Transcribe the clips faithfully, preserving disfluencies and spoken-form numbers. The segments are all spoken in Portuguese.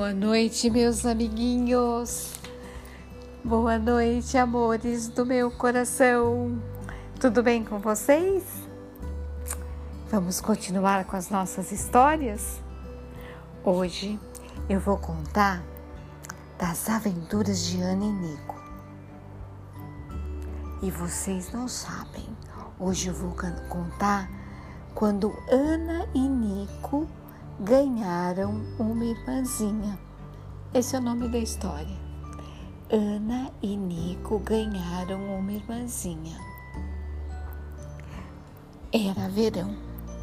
Boa noite, meus amiguinhos. Boa noite, amores do meu coração. Tudo bem com vocês? Vamos continuar com as nossas histórias? Hoje eu vou contar das aventuras de Ana e Nico. E vocês não sabem, hoje eu vou contar quando Ana e Nico ganharam uma irmãzinha. Esse é o nome da história. Ana e Nico ganharam uma irmãzinha. Era verão.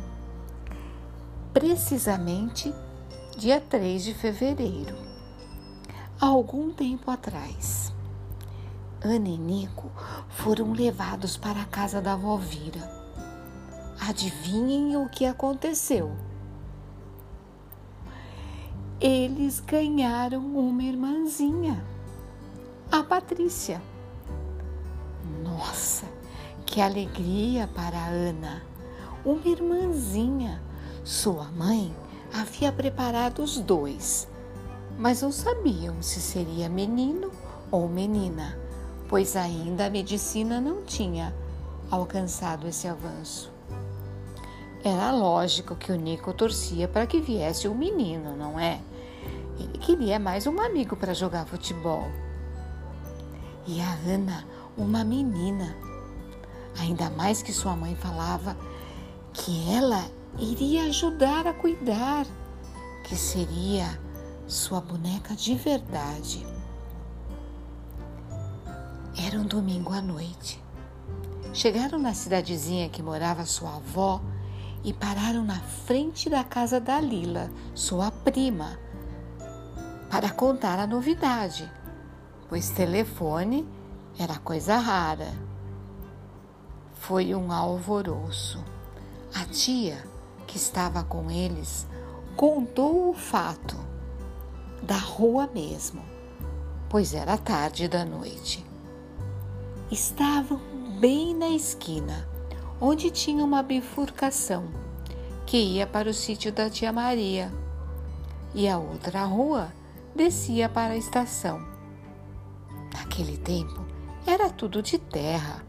Precisamente dia três de fevereiro. Há algum tempo atrás, Ana e Nico foram levados para a casa da vó Vira. Adivinhem o que aconteceu? Eles ganharam uma irmãzinha, a Patrícia. Nossa, que alegria para a Ana! Uma irmãzinha. Sua mãe havia preparado os dois, mas não sabiam se seria menino ou menina, pois ainda a medicina não tinha alcançado esse avanço. Era lógico que o Nico torcia para que viesse um menino, não é? Ele queria mais um amigo para jogar futebol. E a Ana, uma menina. Ainda mais que sua mãe falava que ela iria ajudar a cuidar, que seria sua boneca de verdade. Era um domingo à noite. Chegaram na cidadezinha que morava sua avó e pararam na frente da casa da Lila, sua prima, para contar a novidade, pois telefone era coisa rara. Foi um alvoroço. A tia, que estava com eles, contou o fato da rua mesmo, pois era tarde da noite. Estavam bem na esquina, onde tinha uma bifurcação que ia para o sítio da tia Maria, e a outra rua descia para a estação. Naquele tempo era tudo de terra.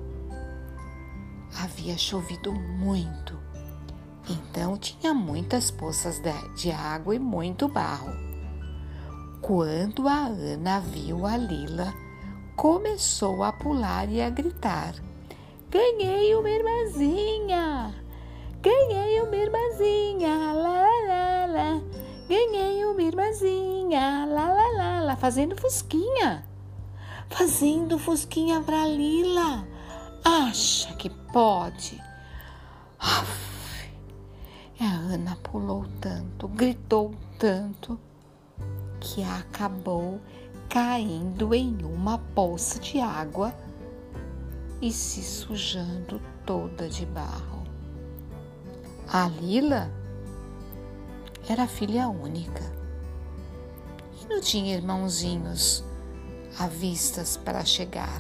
Havia chovido muito, então tinha muitas poças de água e muito barro. Quando a Ana viu a Lila, começou a pular e a gritar: "Ganhei uma irmãzinha! Ganhei uma irmãzinha! Lá, lá, lá, lá! Ganhei uma irmãzinha! Lá, lá, lá, lá!" Fazendo fusquinha. Fazendo fusquinha pra Lila. Acha que pode? Uf. A Ana pulou tanto, gritou tanto, que acabou caindo em uma poça de água e se sujando toda de barro. A Lila era filha única e não tinha irmãozinhos à vistas para chegar.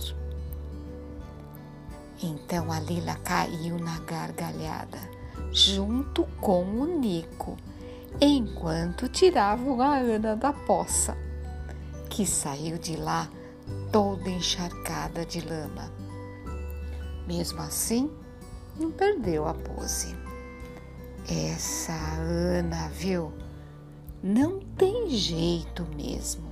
Então a Lila caiu na gargalhada, junto com o Nico, enquanto tiravam a Ana da poça, que saiu de lá toda encharcada de lama. Mesmo assim, não perdeu a pose. Essa Ana, viu? Não tem jeito mesmo.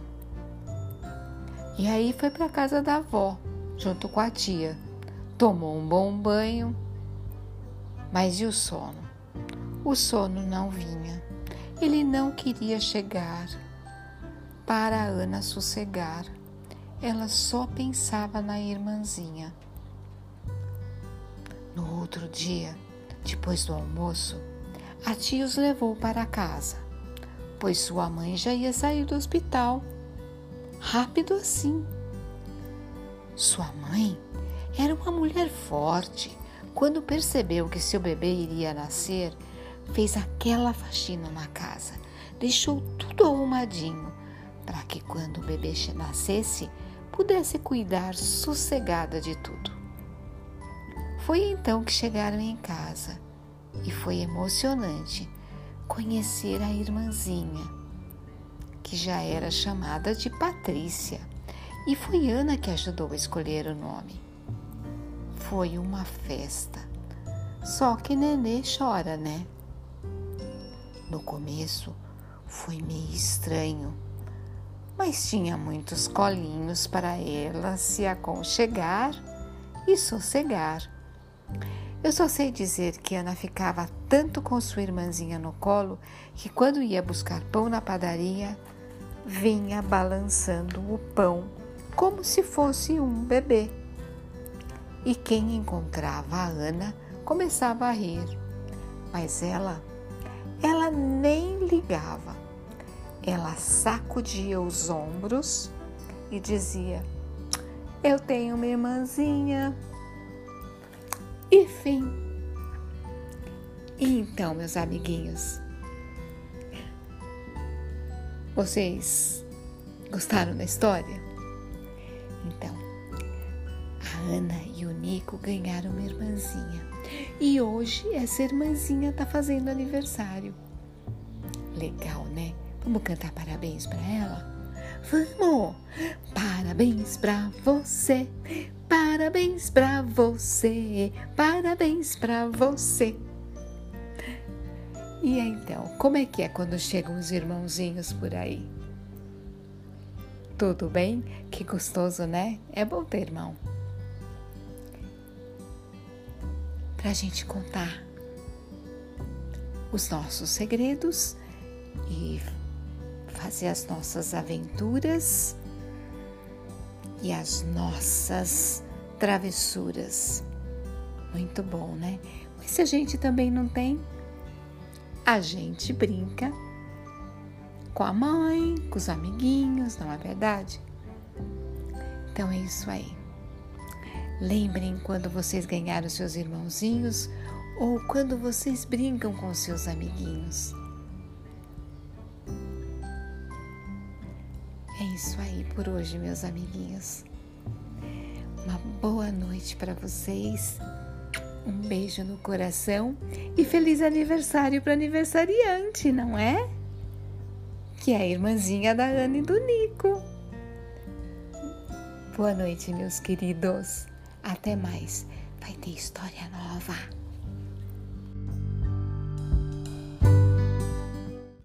E aí foi para a casa da avó, junto com a tia. Tomou um bom banho, mas e o sono? O sono não vinha. Ele não queria chegar para a Ana sossegar. Ela só pensava na irmãzinha. No outro dia, depois do almoço, a tia os levou para casa, pois sua mãe já ia sair do hospital. Rápido assim. Sua mãe era uma mulher forte. Quando percebeu que seu bebê iria nascer, fez aquela faxina na casa, deixou tudo arrumadinho, para que quando o bebê nascesse, pudesse cuidar sossegada de tudo. Foi então que chegaram em casa e foi emocionante conhecer a irmãzinha, que já era chamada de Patrícia, e foi Ana que ajudou a escolher o nome. Foi uma festa, só que Nenê chora, né? No começo foi meio estranho, mas tinha muitos colinhos para ela se aconchegar e sossegar. Eu só sei dizer que Ana ficava tanto com sua irmãzinha no colo que quando ia buscar pão na padaria, vinha balançando o pão como se fosse um bebê. E quem encontrava a Ana começava a rir, mas ela, ela nem ligava. Ela sacudia os ombros e dizia: eu tenho uma irmãzinha. E fim. E então, meus amiguinhos, vocês gostaram da história? Então, a Ana e o Nico ganharam uma irmãzinha. E hoje essa irmãzinha tá fazendo aniversário. Legal, né? Vamos cantar parabéns para ela? Vamos! Parabéns pra você, parabéns pra você, parabéns pra você. E então, como é que é quando chegam os irmãozinhos por aí? Tudo bem? Que gostoso, né? É bom ter irmão. Pra gente contar os nossos segredos e fazer as nossas aventuras e as nossas travessuras. Muito bom, né? Mas se a gente também não tem, a gente brinca com a mãe, com os amiguinhos, não é verdade? Então é isso aí. Lembrem quando vocês ganharam seus irmãozinhos ou quando vocês brincam com seus amiguinhos. É isso aí por hoje, meus amiguinhos. Uma boa noite para vocês. Um beijo no coração e feliz aniversário para aniversariante, não é? Que é a irmãzinha da Ana e do Nico. Boa noite, meus queridos. Até mais. Vai ter história nova.